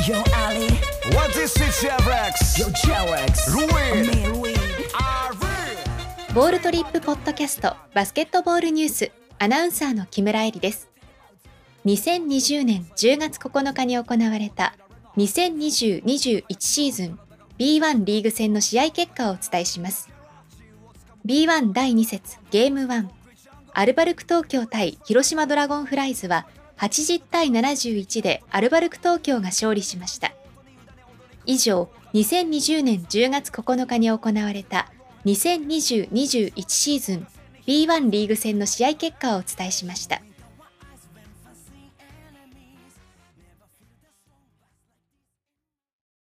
Yo Ali What is it, J-Rex? Yo J-Rex Ruin. ボールトリップポッドキャストバスケットボールニュース、アナウンサーの木村恵里です。2020年10月9日に行われた2020-21シーズン B1 リーグ戦の試合結果をお伝えします。 B1 第2節ゲーム1、アルバルク東京対広島ドラゴンフライズは80対71でアルバルク東京が勝利しました。以上、2020年10月9日に行われた2020-21シーズン B1 リーグ戦の試合結果をお伝えしました。